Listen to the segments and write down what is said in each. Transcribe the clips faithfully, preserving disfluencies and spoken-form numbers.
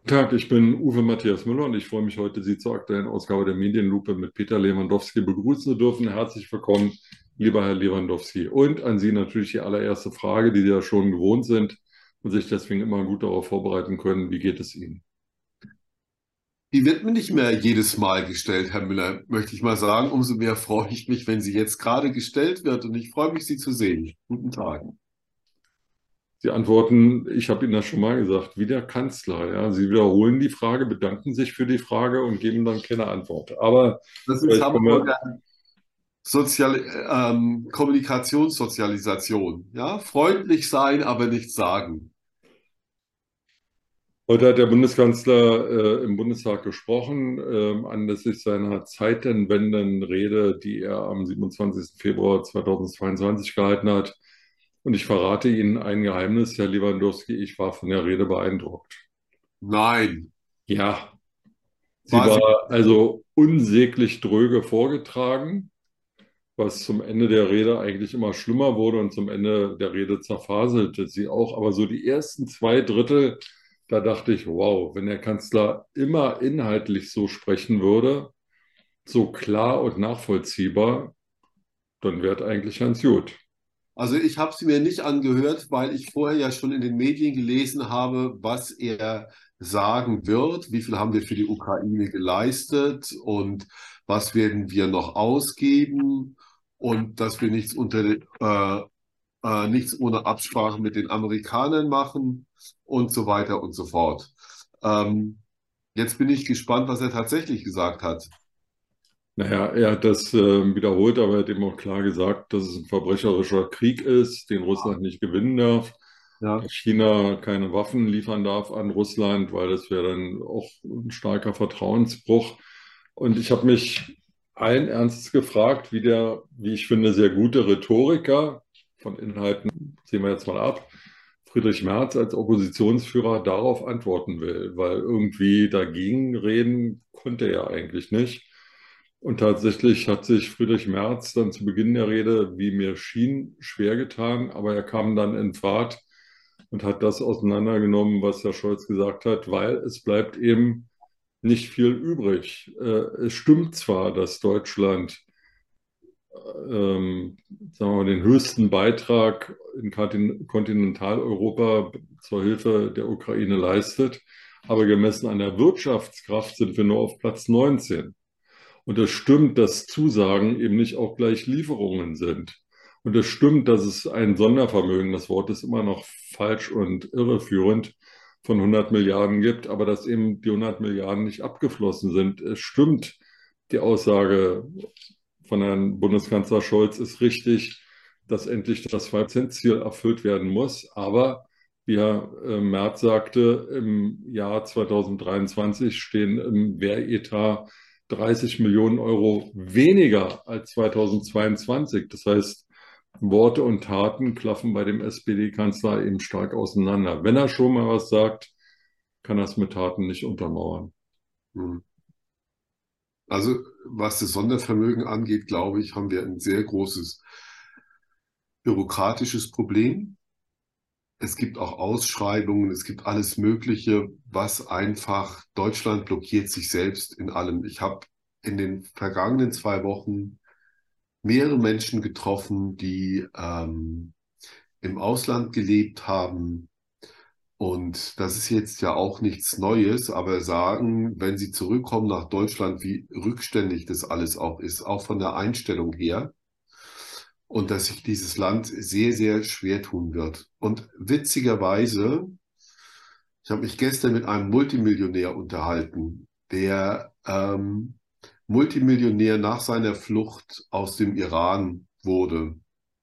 Guten Tag, ich bin Uwe Matthias Müller und ich freue mich heute, Sie zur aktuellen Ausgabe der Medienlupe mit Peter Lewandowski begrüßen zu dürfen. Herzlich willkommen, lieber Herr Lewandowski. Und an Sie natürlich die allererste Frage, die Sie ja schon gewohnt sind und sich deswegen immer gut darauf vorbereiten können. Wie geht es Ihnen? Die wird mir nicht mehr jedes Mal gestellt, Herr Müller, möchte ich mal sagen. Umso mehr freue ich mich, wenn sie jetzt gerade gestellt wird und ich freue mich, Sie zu sehen. Guten Tag. Sie antworten, ich habe Ihnen das schon mal gesagt, wie der Kanzler. Ja? Sie wiederholen die Frage, bedanken sich für die Frage und geben dann keine Antwort. Aber Das ist vielleicht kommen wir. Hamburger Sozial ähm, Kommunikationssozialisation. Ja? Freundlich sein, aber nichts sagen. Heute hat der Bundeskanzler äh, im Bundestag gesprochen, ähm, anlässlich seiner Zeitenwende-Rede, die er am siebenundzwanzigsten Februar zweitausendzweiundzwanzig gehalten hat. Und ich verrate Ihnen ein Geheimnis, Herr Lewandowski, ich war von der Rede beeindruckt. Nein. Ja, sie War sie, war also unsäglich dröge vorgetragen, was zum Ende der Rede eigentlich immer schlimmer wurde und zum Ende der Rede zerfaselte sie auch. Aber so die ersten zwei Drittel, da dachte ich, wow, wenn der Kanzler immer inhaltlich so sprechen würde, so klar und nachvollziehbar, dann wäre eigentlich ganz gut. also ich habe sie mir nicht angehört, weil ich vorher ja schon in den Medien gelesen habe, was er sagen wird. Wie viel haben wir für die Ukraine geleistet und was werden wir noch ausgeben und dass wir nichts unter, äh, äh, nichts ohne Absprache mit den Amerikanern machen und so weiter und so fort. Ähm, Jetzt bin ich gespannt, was er tatsächlich gesagt hat. Naja, er hat das äh, wiederholt, aber er hat eben auch klar gesagt, dass es ein verbrecherischer Krieg ist, den Russland nicht gewinnen darf, Ja. dass China keine Waffen liefern darf an Russland, weil das wäre dann auch ein starker Vertrauensbruch. Und ich habe mich allen Ernstes gefragt, wie der, wie ich finde, sehr gute Rhetoriker, von Inhalten sehen wir jetzt mal ab, Friedrich Merz als Oppositionsführer darauf antworten will, weil irgendwie dagegen reden konnte er eigentlich nicht. Und tatsächlich hat sich Friedrich Merz dann zu Beginn der Rede, wie mir schien, schwer getan, aber er kam dann in Fahrt und hat das auseinandergenommen, was Herr Scholz gesagt hat, weil es bleibt eben nicht viel übrig. Äh, es stimmt zwar, dass Deutschland ähm, sagen wir mal, den höchsten Beitrag in Kontinentaleuropa zur Hilfe der Ukraine leistet, aber gemessen an der Wirtschaftskraft sind wir nur auf Platz neunzehn. Und es stimmt, dass Zusagen eben nicht auch gleich Lieferungen sind. Und es stimmt, dass es ein Sondervermögen, das Wort ist immer noch falsch und irreführend, von hundert Milliarden gibt, aber dass eben die hundert Milliarden nicht abgeflossen sind. Es stimmt, die Aussage von Herrn Bundeskanzler Scholz ist richtig, dass endlich das zwei-Prozent-Ziel erfüllt werden muss. Aber wie Herr äh, Merz sagte, im Jahr zweitausenddreiundzwanzig stehen im Wehretat dreißig Millionen Euro weniger als zweitausendzweiundzwanzig. Das heißt, Worte und Taten klaffen bei dem S P D-Kanzler eben stark auseinander. Wenn er schon mal was sagt, kann er es mit Taten nicht untermauern. Hm. Also was das Sondervermögen angeht, glaube ich, haben wir ein sehr großes bürokratisches Problem. Es gibt auch Ausschreibungen, es gibt alles Mögliche, was einfach, Deutschland blockiert sich selbst in allem. Ich habe in den vergangenen zwei Wochen mehrere Menschen getroffen, die ähm, im Ausland gelebt haben. Und das ist jetzt ja auch nichts Neues, aber sagen, wenn sie zurückkommen nach Deutschland, wie rückständig das alles auch ist, auch von der Einstellung her. Und dass sich dieses Land sehr, sehr schwer tun wird. Und witzigerweise, ich habe mich gestern mit einem Multimillionär unterhalten, der ähm, Multimillionär nach seiner Flucht aus dem Iran wurde.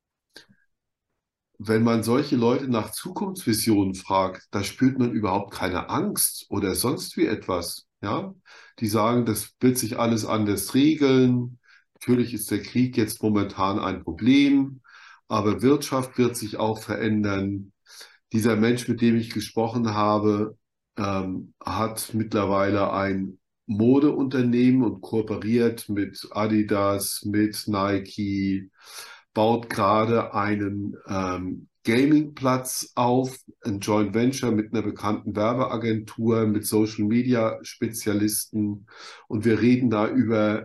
Wenn man solche Leute nach Zukunftsvisionen fragt, da spürt man überhaupt keine Angst oder sonst wie etwas. Ja, die sagen, das wird sich alles anders regeln. Natürlich ist der Krieg jetzt momentan ein Problem, aber Wirtschaft wird sich auch verändern. Dieser Mensch, mit dem ich gesprochen habe, ähm, hat mittlerweile ein Modeunternehmen und kooperiert mit Adidas, mit Nike, baut gerade einen ähm, Gamingplatz auf, ein Joint Venture mit einer bekannten Werbeagentur, mit Social Media Spezialisten. Und wir reden da über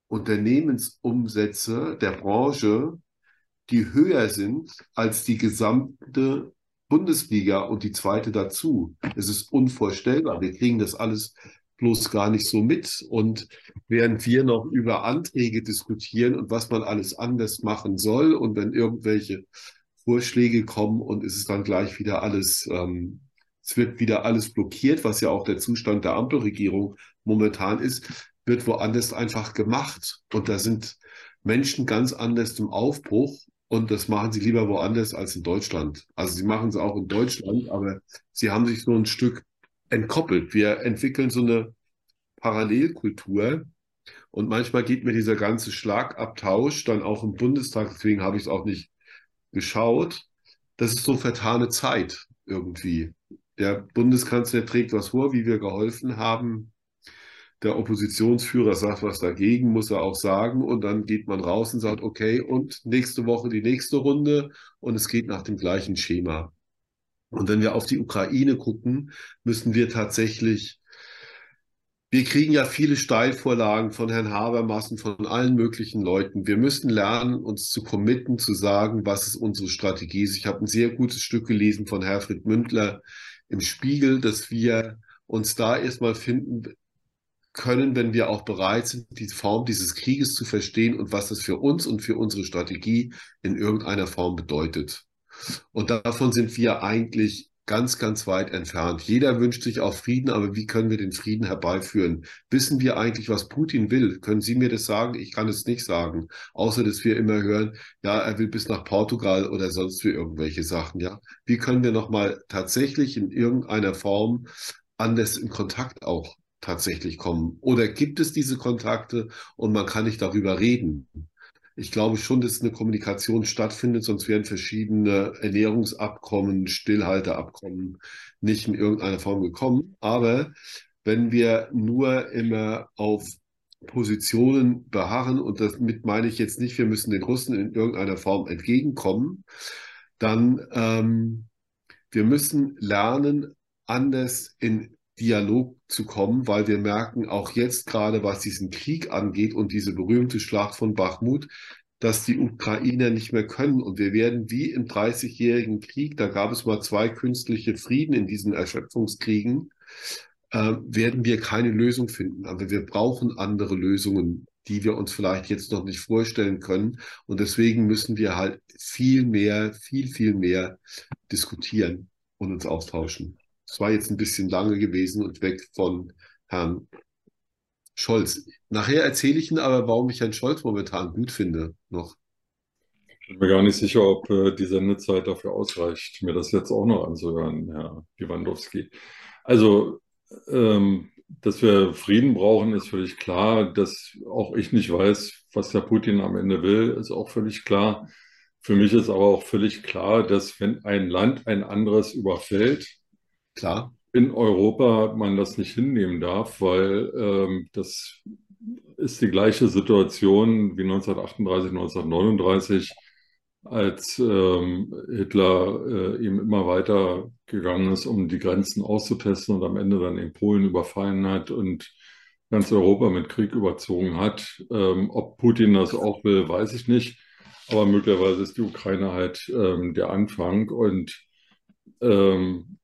Unternehmensumsätze der Branche, die höher sind als die gesamte Bundesliga und die zweite dazu. Es ist unvorstellbar. Wir kriegen das alles bloß gar nicht so mit. Und während wir noch über Anträge diskutieren und was man alles anders machen soll und wenn irgendwelche Vorschläge kommen und es ist dann gleich wieder alles, ähm, es wird wieder alles blockiert, was ja auch der Zustand der Ampelregierung momentan ist, wird woanders einfach gemacht. Und da sind Menschen ganz anders im Aufbruch und das machen sie lieber woanders als in Deutschland. Also sie machen es auch in Deutschland, aber sie haben sich so ein Stück entkoppelt. Wir entwickeln so eine Parallelkultur und manchmal geht mir dieser ganze Schlagabtausch dann auch im Bundestag, deswegen habe ich es auch nicht geschaut. Das ist so vertane Zeit irgendwie. Der Bundeskanzler trägt was vor, wie wir geholfen haben. Der Oppositionsführer sagt was dagegen, muss er auch sagen. Und dann geht man raus und sagt, okay, und nächste Woche die nächste Runde. Und es geht nach dem gleichen Schema. Und wenn wir auf die Ukraine gucken, müssen wir tatsächlich, wir kriegen ja viele Steilvorlagen von Herrn Habermas und von allen möglichen Leuten. Wir müssen lernen, uns zu committen, zu sagen, was ist unsere Strategie ist. Ich habe ein sehr gutes Stück gelesen von Herfried Mündler im Spiegel, dass wir uns da erstmal finden können, wenn wir auch bereit sind, die Form dieses Krieges zu verstehen und was das für uns und für unsere Strategie in irgendeiner Form bedeutet. Und davon sind wir eigentlich ganz, ganz weit entfernt. Jeder wünscht sich auch Frieden, aber wie können wir den Frieden herbeiführen? Wissen wir eigentlich, was Putin will? Können Sie mir das sagen? Ich kann es nicht sagen. Außer, dass wir immer hören, ja, er will bis nach Portugal oder sonst für irgendwelche Sachen, ja. Wie können wir nochmal tatsächlich in irgendeiner Form anders in Kontakt auch tatsächlich kommen? Oder gibt es diese Kontakte und man kann nicht darüber reden? Ich glaube schon, dass eine Kommunikation stattfindet, sonst wären verschiedene Ernährungsabkommen, Stillhalteabkommen nicht in irgendeiner Form gekommen. Aber wenn wir nur immer auf Positionen beharren, und damit meine ich jetzt nicht, wir müssen den Russen in irgendeiner Form entgegenkommen, dann ähm, wir müssen lernen, anders in Dialog zu kommen, weil wir merken, auch jetzt gerade, was diesen Krieg angeht und diese berühmte Schlacht von Bachmut, dass die Ukrainer nicht mehr können. Und wir werden wie im Dreißigjährigen Krieg, da gab es mal zwei künstliche Frieden in diesen Erschöpfungskriegen, äh, werden wir keine Lösung finden. Aber wir brauchen andere Lösungen, die wir uns vielleicht jetzt noch nicht vorstellen können. Und deswegen müssen wir halt viel mehr, viel, viel mehr diskutieren und uns austauschen. Es war jetzt ein bisschen lange gewesen und weg von Herrn Scholz. Nachher erzähle ich Ihnen aber, warum ich Herrn Scholz momentan gut finde, noch. Ich bin mir gar nicht sicher, ob äh, die Sendezeit dafür ausreicht, mir das jetzt auch noch anzuhören, Herr Lewandowski. Also, ähm, dass wir Frieden brauchen, ist völlig klar. Dass auch ich nicht weiß, was der Putin am Ende will, ist auch völlig klar. Für mich ist aber auch völlig klar, dass wenn ein Land ein anderes überfällt, Klar, in Europa man das nicht hinnehmen darf, weil ähm, das ist die gleiche Situation wie neunzehnhundertachtunddreißig, neunzehnhundertneununddreißig, als ähm, Hitler äh, eben immer weiter gegangen ist, um die Grenzen auszutesten und am Ende dann in Polen überfallen hat und ganz Europa mit Krieg überzogen hat. Ähm, ob Putin das auch will, weiß ich nicht. Aber möglicherweise ist die Ukraine halt ähm, der Anfang. Und ähm,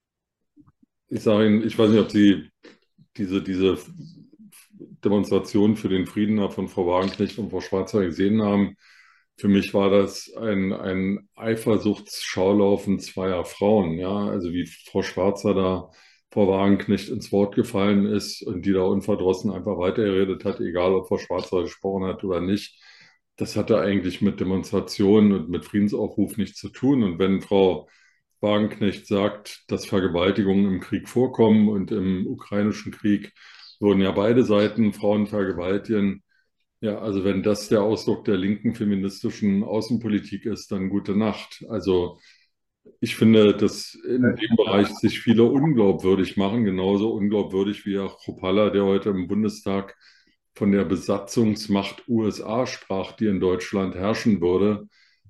ich sage Ihnen, ich weiß nicht, ob Sie diese, diese Demonstration für den Frieden da von Frau Wagenknecht und Frau Schwarzer gesehen haben. Für mich war das ein, ein Eifersuchtsschaulaufen zweier Frauen, ja, also wie Frau Schwarzer da Frau Wagenknecht ins Wort gefallen ist und die da unverdrossen einfach weitergeredet hat, egal ob Frau Schwarzer gesprochen hat oder nicht. Das hatte eigentlich mit Demonstrationen und mit Friedensaufruf nichts zu tun. Und wenn Frau Wagenknecht sagt, dass Vergewaltigungen im Krieg vorkommen und im ukrainischen Krieg wurden ja beide Seiten Frauen vergewaltigen. Ja, also wenn das der Ausdruck der linken feministischen Außenpolitik ist, dann gute Nacht. Also ich finde, dass in dem Bereich sich viele unglaubwürdig machen, genauso unglaubwürdig wie auch Kropala, der heute im Bundestag von der Besatzungsmacht U S A sprach, die in Deutschland herrschen würde.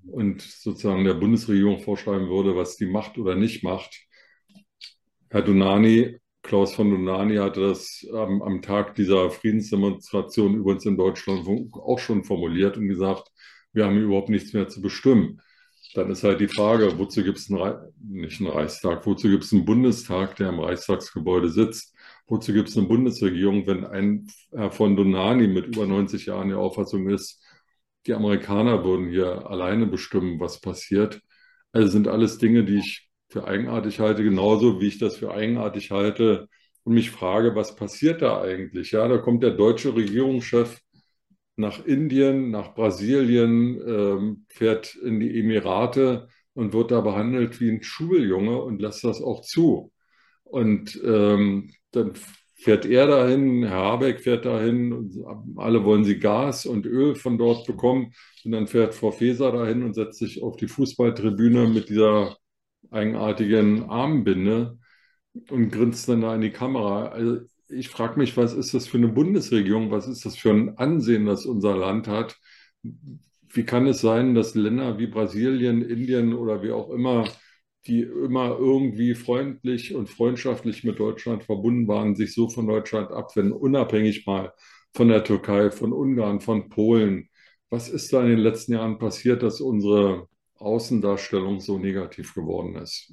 und sozusagen der Bundesregierung vorschreiben würde, was die macht oder nicht macht. Herr Dohnanyi, Klaus von Dohnanyi hatte das ähm, am Tag dieser Friedensdemonstration übrigens in Deutschland auch schon formuliert und gesagt, wir haben überhaupt nichts mehr zu bestimmen. Dann ist halt die Frage, wozu gibt es einen, Re nicht einen Reichstag, wozu gibt es einen Bundestag, der im Reichstagsgebäude sitzt? Wozu gibt es eine Bundesregierung, wenn ein Herr von Dohnanyi mit über neunzig Jahren der Auffassung ist, die Amerikaner würden hier alleine bestimmen, was passiert? Also sind alles Dinge, die ich für eigenartig halte, genauso wie ich das für eigenartig halte und mich frage, was passiert da eigentlich? Ja, da kommt der deutsche Regierungschef nach Indien, nach Brasilien, ähm, fährt in die Emirate und wird da behandelt wie ein Schuljunge und lässt das auch zu. Und ähm, dann fährt er dahin, Herr Habeck fährt dahin, und alle wollen sie Gas und Öl von dort bekommen. Und dann fährt Frau Faeser dahin und setzt sich auf die Fußballtribüne mit dieser eigenartigen Armbinde und grinst dann da in die Kamera. Also ich frage mich, was ist das für eine Bundesregierung? Was ist das für ein Ansehen, das unser Land hat? Wie kann es sein, dass Länder wie Brasilien, Indien oder wie auch immer, die immer irgendwie freundlich und freundschaftlich mit Deutschland verbunden waren, sich so von Deutschland abwenden, unabhängig mal von der Türkei, von Ungarn, von Polen? Was ist da in den letzten Jahren passiert, dass unsere Außendarstellung so negativ geworden ist?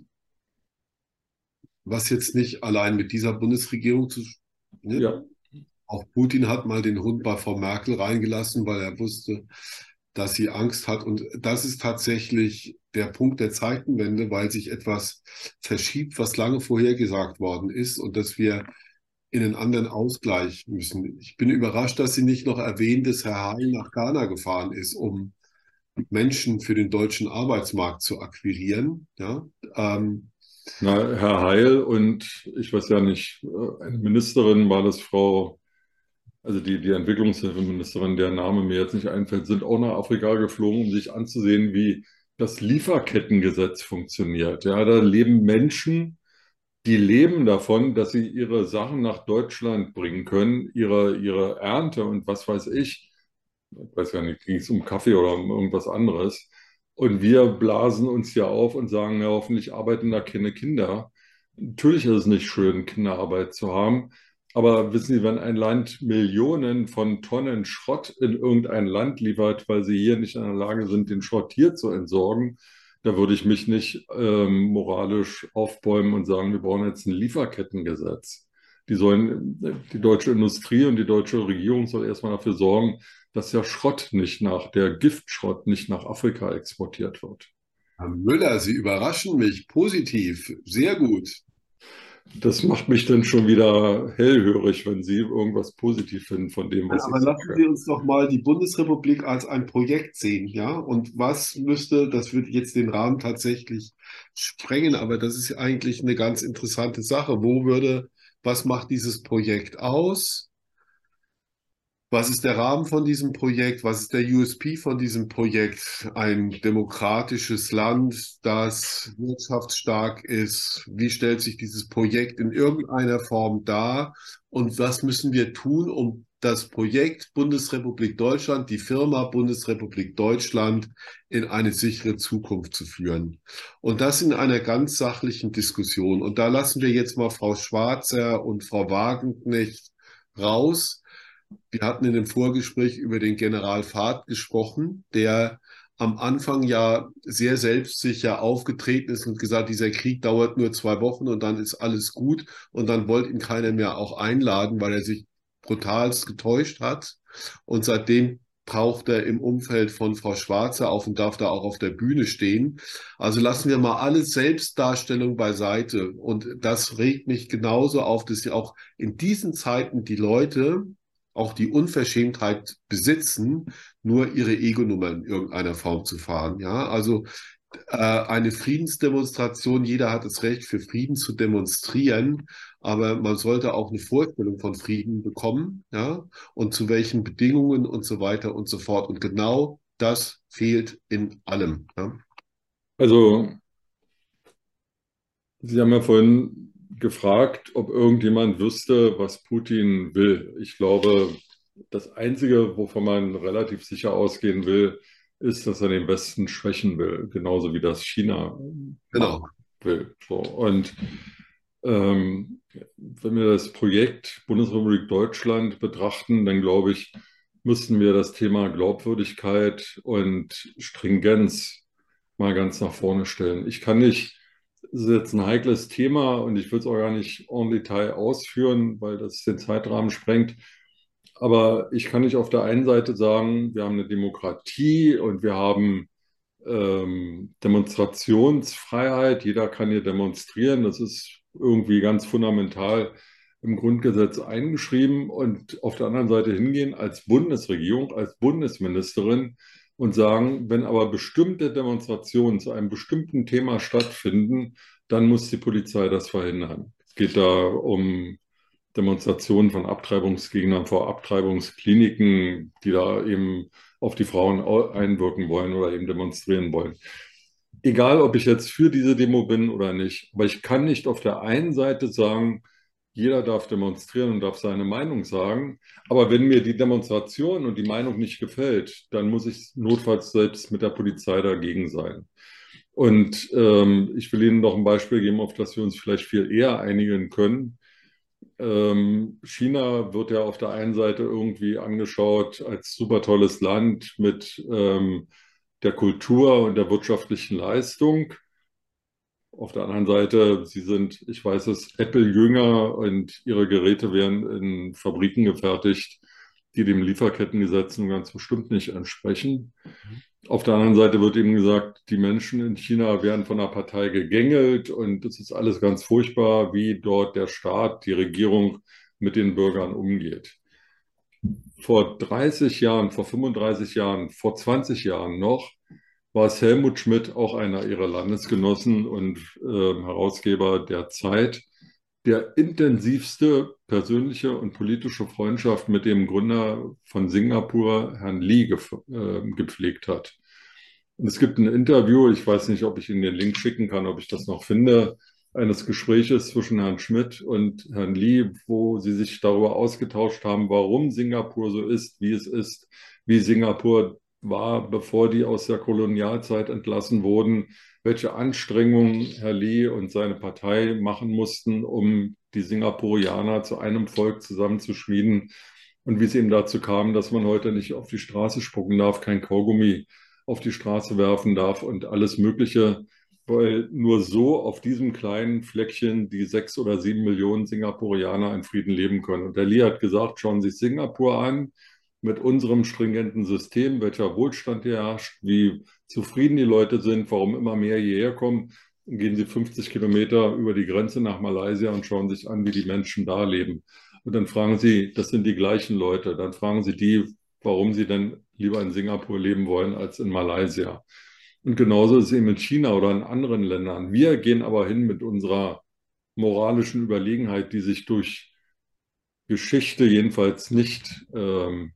Was jetzt nicht allein mit dieser Bundesregierung zu, ne? Ja, Auch Putin hat mal den Hund bei Frau Merkel reingelassen, weil er wusste, dass sie Angst hat. Und das ist tatsächlich der Punkt der Zeitenwende, weil sich etwas verschiebt, was lange vorhergesagt worden ist und dass wir in einen anderen Ausgleich müssen. Ich bin überrascht, dass sie nicht noch erwähnt, dass Herr Heil nach Ghana gefahren ist, um Menschen für den deutschen Arbeitsmarkt zu akquirieren. Ja, ähm, na, Herr Heil und ich weiß ja nicht, äh, eine Ministerin war das Frau, also die, die Entwicklungshilfeministerin, deren Name mir jetzt nicht einfällt, sind auch nach Afrika geflogen, um sich anzusehen, wie das Lieferkettengesetz funktioniert. Ja, da leben Menschen, die leben davon, dass sie ihre Sachen nach Deutschland bringen können, ihre, ihre Ernte und was weiß ich. Ich weiß gar nicht, ging es um Kaffee oder um irgendwas anderes. Und wir blasen uns hier auf und sagen, ja, hoffentlich arbeiten da keine Kinder. Natürlich ist es nicht schön, Kinderarbeit zu haben. Aber wissen Sie, wenn ein Land Millionen von Tonnen Schrott in irgendein Land liefert, weil sie hier nicht in der Lage sind, den Schrott hier zu entsorgen, da würde ich mich nicht ähm, moralisch aufbäumen und sagen, wir brauchen jetzt ein Lieferkettengesetz. Die sollen, die deutsche Industrie und die deutsche Regierung soll erstmal dafür sorgen, dass der Schrott nicht nach, der Giftschrott nicht nach Afrika exportiert wird. Herr Müller, Sie überraschen mich positiv. Sehr gut. Das macht mich dann schon wieder hellhörig, wenn Sie irgendwas positiv finden von dem, was ich Aber lassen Sie sage. uns doch mal die Bundesrepublik als ein Projekt sehen, ja? Und was müsste, das würde jetzt den Rahmen tatsächlich sprengen, aber das ist eigentlich eine ganz interessante Sache. Wo würde, was macht dieses Projekt aus? Was ist der Rahmen von diesem Projekt? Was ist der U S P von diesem Projekt? Ein demokratisches Land, das wirtschaftsstark ist. Wie stellt sich dieses Projekt in irgendeiner Form dar? Und was müssen wir tun, um das Projekt Bundesrepublik Deutschland, die Firma Bundesrepublik Deutschland in eine sichere Zukunft zu führen? Und das in einer ganz sachlichen Diskussion. Und da lassen wir jetzt mal Frau Schwarzer und Frau Wagenknecht raus. Wir hatten in dem Vorgespräch über den General Fahd gesprochen, der am Anfang ja sehr selbstsicher aufgetreten ist und gesagt, dieser Krieg dauert nur zwei Wochen und dann ist alles gut. Und dann wollte ihn keiner mehr auch einladen, weil er sich brutalst getäuscht hat. Und seitdem taucht er im Umfeld von Frau Schwarzer auf und darf da auch auf der Bühne stehen. Also lassen wir mal alle Selbstdarstellung beiseite. Und das regt mich genauso auf, dass sie auch in diesen Zeiten die Leute auch die Unverschämtheit besitzen, nur ihre Ego-Nummer in irgendeiner Form zu fahren. Ja, also äh, eine Friedensdemonstration, jeder hat das Recht, für Frieden zu demonstrieren, aber man sollte auch eine Vorstellung von Frieden bekommen, ja, und zu welchen Bedingungen und so weiter und so fort. Und genau das fehlt in allem. Ja. Also, Sie haben ja vorhin gefragt, ob irgendjemand wüsste, was Putin will. Ich glaube, das Einzige, wovon man relativ sicher ausgehen will, ist, dass er den Westen schwächen will, genauso wie das China machen Genau. will. So. Und ähm, wenn wir das Projekt Bundesrepublik Deutschland betrachten, dann glaube ich, müssten wir das Thema Glaubwürdigkeit und Stringenz mal ganz nach vorne stellen. Ich kann nicht, das ist jetzt ein heikles Thema und ich will es auch gar nicht en Detail ausführen, weil das den Zeitrahmen sprengt. Aber ich kann nicht auf der einen Seite sagen, wir haben eine Demokratie und wir haben ähm, Demonstrationsfreiheit. Jeder kann hier demonstrieren. Das ist irgendwie ganz fundamental im Grundgesetz eingeschrieben. Und auf der anderen Seite hingehen als Bundesregierung, als Bundesministerin und sagen, wenn aber bestimmte Demonstrationen zu einem bestimmten Thema stattfinden, dann muss die Polizei das verhindern. Es geht da um Demonstrationen von Abtreibungsgegnern vor Abtreibungskliniken, die da eben auf die Frauen einwirken wollen oder eben demonstrieren wollen. Egal, ob ich jetzt für diese Demo bin oder nicht, aber ich kann nicht auf der einen Seite sagen, jeder darf demonstrieren und darf seine Meinung sagen, aber wenn mir die Demonstration und die Meinung nicht gefällt, dann muss ich notfalls selbst mit der Polizei dagegen sein. Und ähm, ich will Ihnen noch ein Beispiel geben, auf das wir uns vielleicht viel eher einigen können. Ähm, China wird ja auf der einen Seite irgendwie angeschaut als super tolles Land mit ähm, der Kultur und der wirtschaftlichen Leistung. Auf der anderen Seite, sie sind, ich weiß es, Apple-Jünger und ihre Geräte werden in Fabriken gefertigt, die dem Lieferkettengesetz nun ganz bestimmt nicht entsprechen. Auf der anderen Seite wird eben gesagt, die Menschen in China werden von der Partei gegängelt und es ist alles ganz furchtbar, wie dort der Staat, die Regierung mit den Bürgern umgeht. Vor dreißig Jahren, vor fünfunddreißig Jahren, vor zwanzig Jahren noch, war es Helmut Schmidt, auch einer ihrer Landesgenossen und äh, Herausgeber der Zeit, der intensivste persönliche und politische Freundschaft mit dem Gründer von Singapur, Herrn Lee, äh, gepflegt hat. Und es gibt ein Interview, ich weiß nicht, ob ich Ihnen den Link schicken kann, ob ich das noch finde, eines Gespräches zwischen Herrn Schmidt und Herrn Lee, wo sie sich darüber ausgetauscht haben, warum Singapur so ist, wie es ist, wie Singapur war, bevor die aus der Kolonialzeit entlassen wurden, welche Anstrengungen Herr Lee und seine Partei machen mussten, um die Singapurianer zu einem Volk zusammenzuschmieden und wie es eben dazu kam, dass man heute nicht auf die Straße spucken darf, kein Kaugummi auf die Straße werfen darf und alles Mögliche, weil nur so auf diesem kleinen Fleckchen die sechs oder sieben Millionen Singapurianer in Frieden leben können. Und der Lee hat gesagt, schauen Sie sich Singapur an, mit unserem stringenten System, welcher Wohlstand hier herrscht, wie zufrieden die Leute sind, warum immer mehr hierher kommen. Gehen Sie fünfzig Kilometer über die Grenze nach Malaysia und schauen sich an, wie die Menschen da leben. Und dann fragen Sie, das sind die gleichen Leute, dann fragen Sie die, warum sie denn lieber in Singapur leben wollen als in Malaysia. Und genauso ist es eben in China oder in anderen Ländern. Wir gehen aber hin mit unserer moralischen Überlegenheit, die sich durch Geschichte jedenfalls nicht ähm,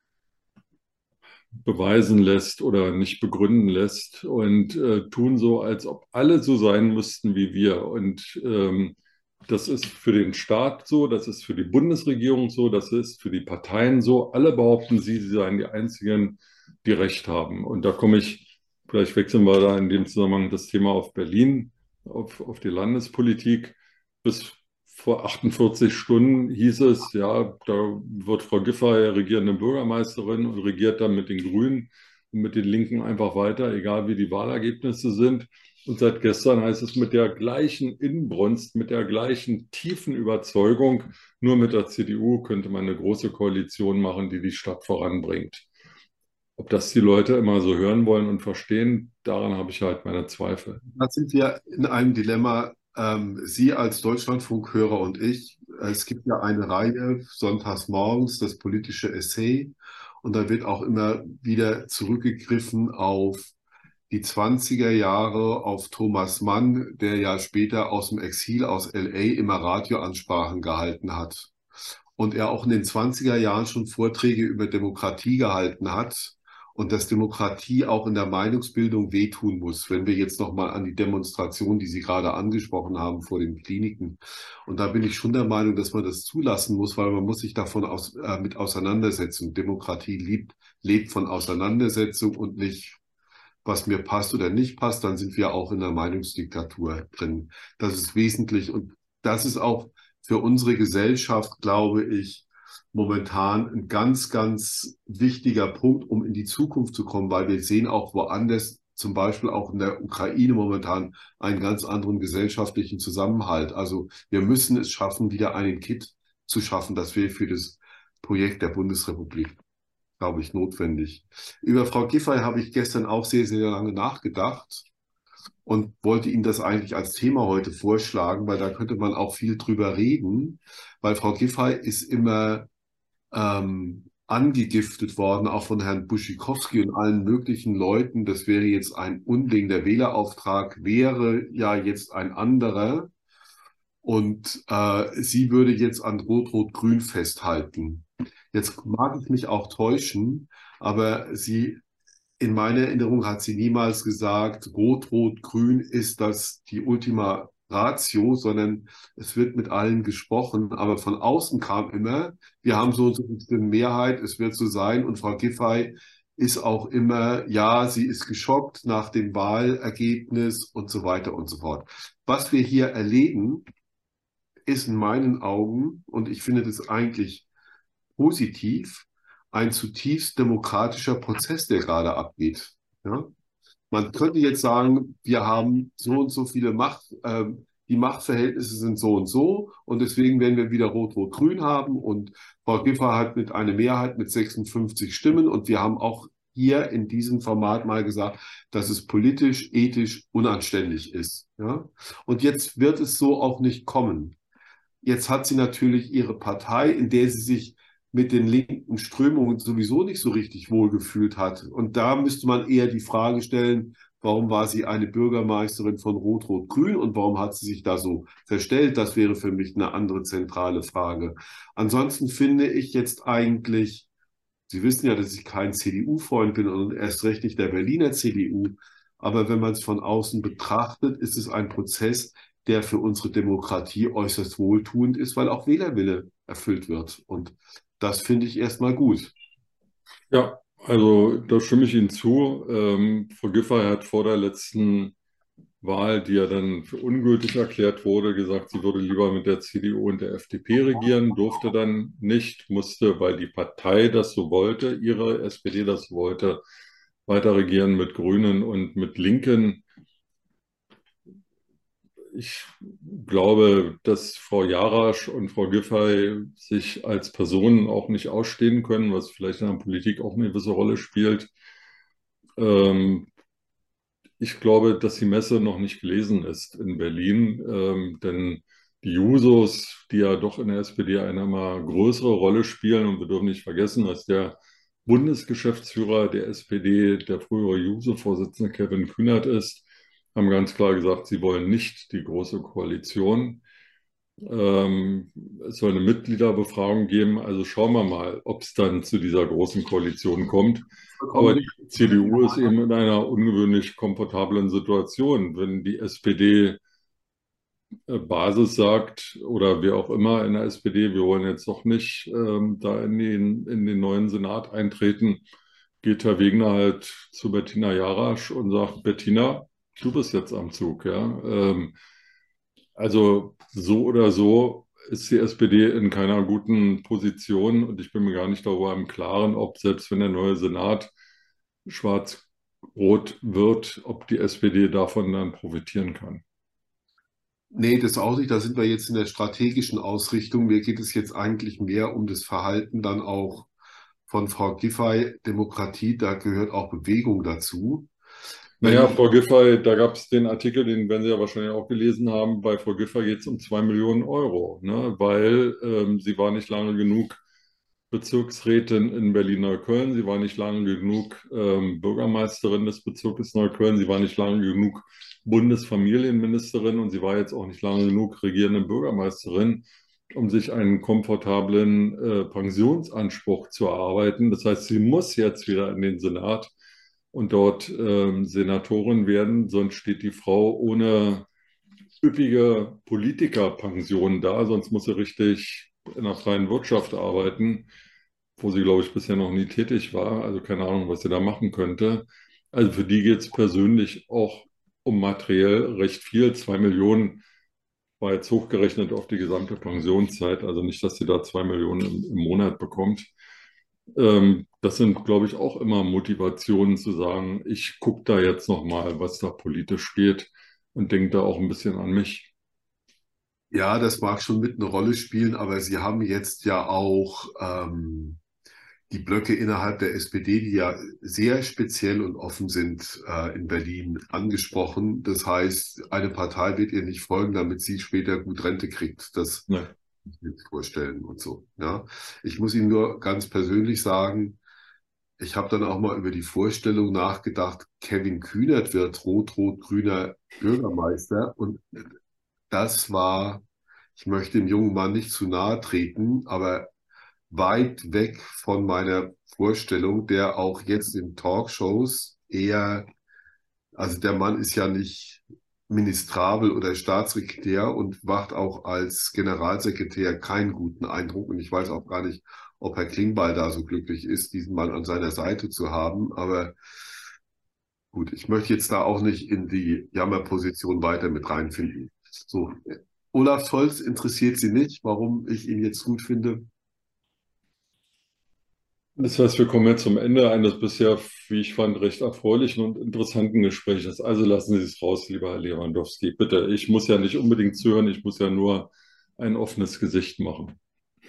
beweisen lässt oder nicht begründen lässt und äh, tun so, als ob alle so sein müssten wie wir. Und ähm, das ist für den Staat so, das ist für die Bundesregierung so, das ist für die Parteien so. Alle behaupten sie, sie seien die Einzigen, die Recht haben. Und da komme ich, vielleicht wechseln wir da in dem Zusammenhang das Thema auf Berlin, auf, auf die Landespolitik. Bis vor achtundvierzig Stunden hieß es, ja, da wird Frau Giffey regierende Bürgermeisterin und regiert dann mit den Grünen und mit den Linken einfach weiter, egal wie die Wahlergebnisse sind. Und seit gestern heißt es mit der gleichen Inbrunst, mit der gleichen tiefen Überzeugung, nur mit der C D U könnte man eine große Koalition machen, die die Stadt voranbringt. Ob das die Leute immer so hören wollen und verstehen, daran habe ich halt meine Zweifel. Da sind wir in einem Dilemma, ähm, Sie als Deutschlandfunkhörer und ich. Es gibt ja eine Reihe sonntags morgens, das politische Essay, und da wird auch immer wieder zurückgegriffen auf die zwanziger Jahre, auf Thomas Mann, der ja später aus dem Exil aus L A immer Radioansprachen gehalten hat. Und er auch in den zwanziger Jahren schon Vorträge über Demokratie gehalten hat. und dass Demokratie auch in der Meinungsbildung wehtun muss, wenn wir jetzt nochmal an die Demonstration, die Sie gerade angesprochen haben, vor den Kliniken. Und da bin ich schon der Meinung, dass man das zulassen muss, weil man muss sich davon aus, äh, mit auseinandersetzen. Demokratie lebt, lebt von Auseinandersetzung und nicht, was mir passt oder nicht passt, dann sind wir auch in der Meinungsdiktatur drin. Das ist wesentlich und das ist auch für unsere Gesellschaft, glaube ich, momentan ein ganz, ganz wichtiger Punkt, um in die Zukunft zu kommen, weil wir sehen auch woanders, zum Beispiel auch in der Ukraine momentan, einen ganz anderen gesellschaftlichen Zusammenhalt. Also wir müssen es schaffen, wieder einen Kitt zu schaffen. Das wäre für das Projekt der Bundesrepublik, glaube ich, notwendig. Über Frau Giffey habe ich gestern auch sehr, sehr lange nachgedacht und wollte Ihnen das eigentlich als Thema heute vorschlagen, weil da könnte man auch viel drüber reden, weil Frau Giffey ist immer ähm, angegiftet worden, auch von Herrn Buschikowski und allen möglichen Leuten. Das wäre jetzt ein Unding. Der Wählerauftrag wäre ja jetzt ein anderer. Und äh, sie würde jetzt an Rot-Rot-Grün festhalten. Jetzt mag ich mich auch täuschen, aber sie, in meiner Erinnerung hat sie niemals gesagt, Rot-Rot-Grün ist das die Ultima Ratio, sondern es wird mit allen gesprochen. Aber von außen kam immer, wir haben so und so eine Stimmen Mehrheit, es wird so sein. Und Frau Giffey ist auch immer, ja, sie ist geschockt nach dem Wahlergebnis und so weiter und so fort. Was wir hier erleben, ist in meinen Augen, und ich finde das eigentlich positiv, ein zutiefst demokratischer Prozess, der gerade abgeht. Ja? Man könnte jetzt sagen, wir haben so und so viele Macht, äh, die Machtverhältnisse sind so und so und deswegen werden wir wieder Rot-Rot-Grün haben und Frau Giffey hat mit einer Mehrheit mit sechsundfünfzig Stimmen und wir haben auch hier in diesem Format mal gesagt, dass es politisch, ethisch unanständig ist. Ja? Und jetzt wird es so auch nicht kommen. Jetzt hat sie natürlich ihre Partei, in der sie sich mit den linken Strömungen sowieso nicht so richtig wohlgefühlt hat. Und da müsste man eher die Frage stellen, warum war sie eine Bürgermeisterin von Rot-Rot-Grün und warum hat sie sich da so verstellt? Das wäre für mich eine andere zentrale Frage. Ansonsten finde ich jetzt eigentlich, Sie wissen ja, dass ich kein C D U-Freund bin und erst recht nicht der Berliner C D U. Aber wenn man es von außen betrachtet, ist es ein Prozess, der für unsere Demokratie äußerst wohltuend ist, weil auch Wählerwille erfüllt wird. Und das finde ich erstmal gut. Ja, also da stimme ich Ihnen zu. Ähm, Frau Giffey hat vor der letzten Wahl, die ja dann für ungültig erklärt wurde, gesagt, sie würde lieber mit der C D U und der F D P regieren, durfte dann nicht, musste, weil die Partei das so wollte, ihre S P D das so wollte, weiter regieren mit Grünen und mit Linken. Ich glaube, dass Frau Jarasch und Frau Giffey sich als Personen auch nicht ausstehen können, was vielleicht in der Politik auch eine gewisse Rolle spielt. Ähm, ich glaube, dass die Messe noch nicht gelesen ist in Berlin, ähm, denn die Jusos, die ja doch in der S P D eine immer größere Rolle spielen, und wir dürfen nicht vergessen, dass der Bundesgeschäftsführer der S P D der frühere Juso-Vorsitzende Kevin Kühnert ist, haben ganz klar gesagt, sie wollen nicht die Große Koalition. Ähm, es soll eine Mitgliederbefragung geben. Also schauen wir mal, ob es dann zu dieser Großen Koalition kommt. Aber die C D U ist eben in einer ungewöhnlich komfortablen Situation. Wenn die S P D äh, Basis sagt oder wer auch immer in der S P D, wir wollen jetzt doch nicht ähm, da in den, in den neuen Senat eintreten, geht Herr Wegener halt zu Bettina Jarasch und sagt, Bettina, du bist jetzt am Zug. Ja? Ähm, also so oder so ist die S P D in keiner guten Position und ich bin mir gar nicht darüber im Klaren, ob selbst wenn der neue Senat schwarz-rot wird, ob die S P D davon dann profitieren kann. Nee, das auch nicht. Da sind wir jetzt in der strategischen Ausrichtung. Mir geht es jetzt eigentlich mehr um das Verhalten dann auch von Frau Giffey. Demokratie, da gehört auch Bewegung dazu. Naja, Wenn, Frau Giffey, da gab es den Artikel, den werden Sie ja wahrscheinlich auch gelesen haben. Bei Frau Giffey geht es um zwei Millionen Euro, ne? Weil ähm, sie war nicht lange genug Bezirksrätin in Berlin-Neukölln, sie war nicht lange genug ähm, Bürgermeisterin des Bezirkes Neukölln, sie war nicht lange genug Bundesfamilienministerin und sie war jetzt auch nicht lange genug regierende Bürgermeisterin. um sich einen komfortablen äh, Pensionsanspruch zu erarbeiten. Das heißt, sie muss jetzt wieder in den Senat und dort ähm, Senatorin werden, sonst steht die Frau ohne üppige Politikerpension da, sonst muss sie richtig in der freien Wirtschaft arbeiten, wo sie, glaube ich, bisher noch nie tätig war. Also keine Ahnung, was sie da machen könnte. Also für die geht es persönlich auch um materiell recht viel. Zwei Millionen war jetzt hochgerechnet auf die gesamte Pensionszeit. Also nicht, dass sie da zwei Millionen im, im Monat bekommt. Ähm, das sind, glaube ich, auch immer Motivationen zu sagen, ich gucke da jetzt nochmal, was da politisch geht und denke da auch ein bisschen an mich. Ja, das mag schon mit eine Rolle spielen, aber Sie haben jetzt ja auch ähm, die Blöcke innerhalb der S P D, die ja sehr speziell und offen sind, äh, in Berlin angesprochen. Das heißt, eine Partei wird ihr nicht folgen, damit sie später gut Rente kriegt. Das Ne. muss ich mir vorstellen und so. Ja, ich muss Ihnen nur ganz persönlich sagen, ich habe dann auch mal über die Vorstellung nachgedacht, Kevin Kühnert wird rot-rot-grüner Bürgermeister und das war, ich möchte dem jungen Mann nicht zu nahe treten, aber weit weg von meiner Vorstellung, der auch jetzt in Talkshows eher, also der Mann ist ja nicht ministrabel oder Staatssekretär und macht auch als Generalsekretär keinen guten Eindruck. Und ich weiß auch gar nicht, ob Herr Klingbeil da so glücklich ist, diesen Mann an seiner Seite zu haben. Aber gut, ich möchte jetzt da auch nicht in die Jammerposition weiter mit reinfinden. So, Olaf Scholz interessiert Sie nicht, warum ich ihn jetzt gut finde. Das heißt, wir kommen jetzt zum Ende eines bisher, wie ich fand, recht erfreulichen und interessanten Gespräches. Also lassen Sie es raus, lieber Herr Lewandowski. Bitte, ich muss ja nicht unbedingt zuhören, ich muss ja nur ein offenes Gesicht machen.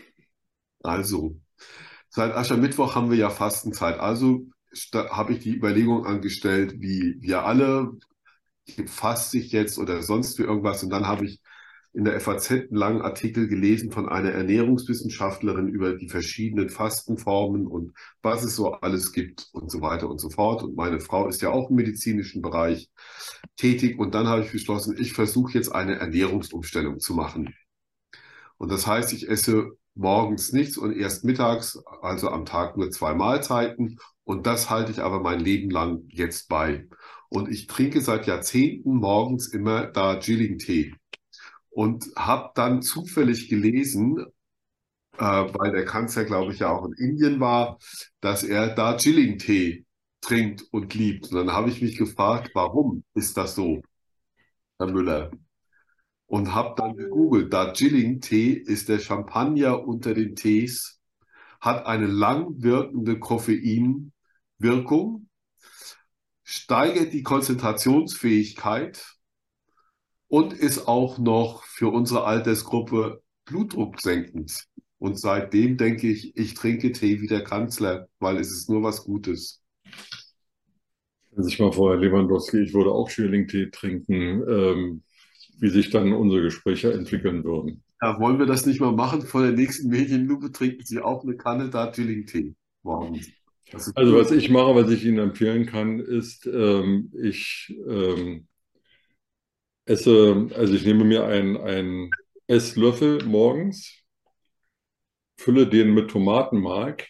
Also, seit Aschermittwoch haben wir ja Fastenzeit. Also habe ich die Überlegung angestellt, wie wir alle, faste ich jetzt oder sonst wie irgendwas. Und dann habe ich in der F A Z einen langen Artikel gelesen von einer Ernährungswissenschaftlerin über die verschiedenen Fastenformen und was es so alles gibt und so weiter und so fort. Und meine Frau ist ja auch im medizinischen Bereich tätig. Und dann habe ich beschlossen, ich versuche jetzt eine Ernährungsumstellung zu machen. Und das heißt, ich esse morgens nichts und erst mittags, also am Tag nur zwei Mahlzeiten. Und das halte ich aber mein Leben lang jetzt bei. Und ich trinke seit Jahrzehnten morgens immer Darjeeling-Tee und habe dann zufällig gelesen, äh, weil der Kanzler, glaube ich, ja auch in Indien war, dass er Darjeeling-Tee trinkt und liebt. Und dann habe ich mich gefragt, warum ist das so, Herr Müller? Und habe dann gegoogelt. Darjeeling-Tee ist der Champagner unter den Tees, hat eine lang wirkende Koffeinwirkung, steigert die Konzentrationsfähigkeit und ist auch noch für unsere Altersgruppe blutdrucksenkend. Und seitdem denke ich, ich trinke Tee wie der Kanzler, weil es ist nur was Gutes. Stellen Sie sich mal vor, Herr Lewandowski, ich würde auch Schierling-Tee trinken, ähm, wie sich dann unsere Gespräche entwickeln würden. Ja, wollen wir das nicht mal machen? Vor der nächsten Medienlupe trinken Sie auch eine Kanne Darjeeling-Tee morgens. Das ist Also nur was ich mache, was ich Ihnen empfehlen kann, ist, ähm, ich ähm, esse, also ich nehme mir einen, einen Esslöffel morgens, fülle den mit Tomatenmark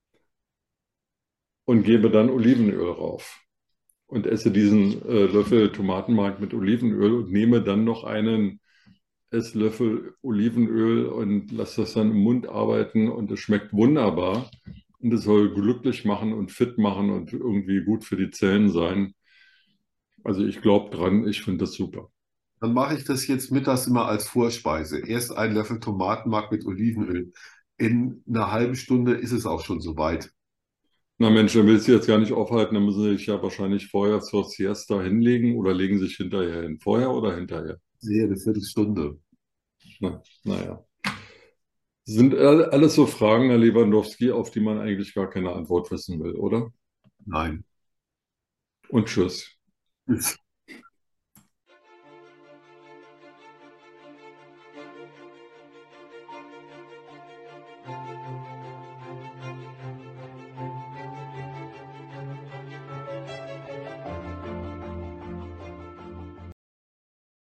und gebe dann Olivenöl rauf. Und esse diesen äh, Löffel Tomatenmark mit Olivenöl und nehme dann noch einen Esslöffel Olivenöl und lasse das dann im Mund arbeiten und es schmeckt wunderbar. Und es soll glücklich machen und fit machen und irgendwie gut für die Zellen sein. Also ich glaube dran, ich finde das super. Dann mache ich das jetzt mittags immer als Vorspeise. Erst ein Löffel Tomatenmark mit Olivenöl. In einer halben Stunde ist es auch schon soweit. Na Mensch, dann will ich Sie jetzt gar nicht aufhalten, dann müssen Sie sich ja wahrscheinlich vorher zur Siesta hinlegen oder legen sich hinterher hin. Vorher oder hinterher? Sehe eine Viertelstunde. Na, naja. Sind all- alles so Fragen, Herr Lewandowski, auf die man eigentlich gar keine Antwort wissen will, oder? Nein. Und tschüss.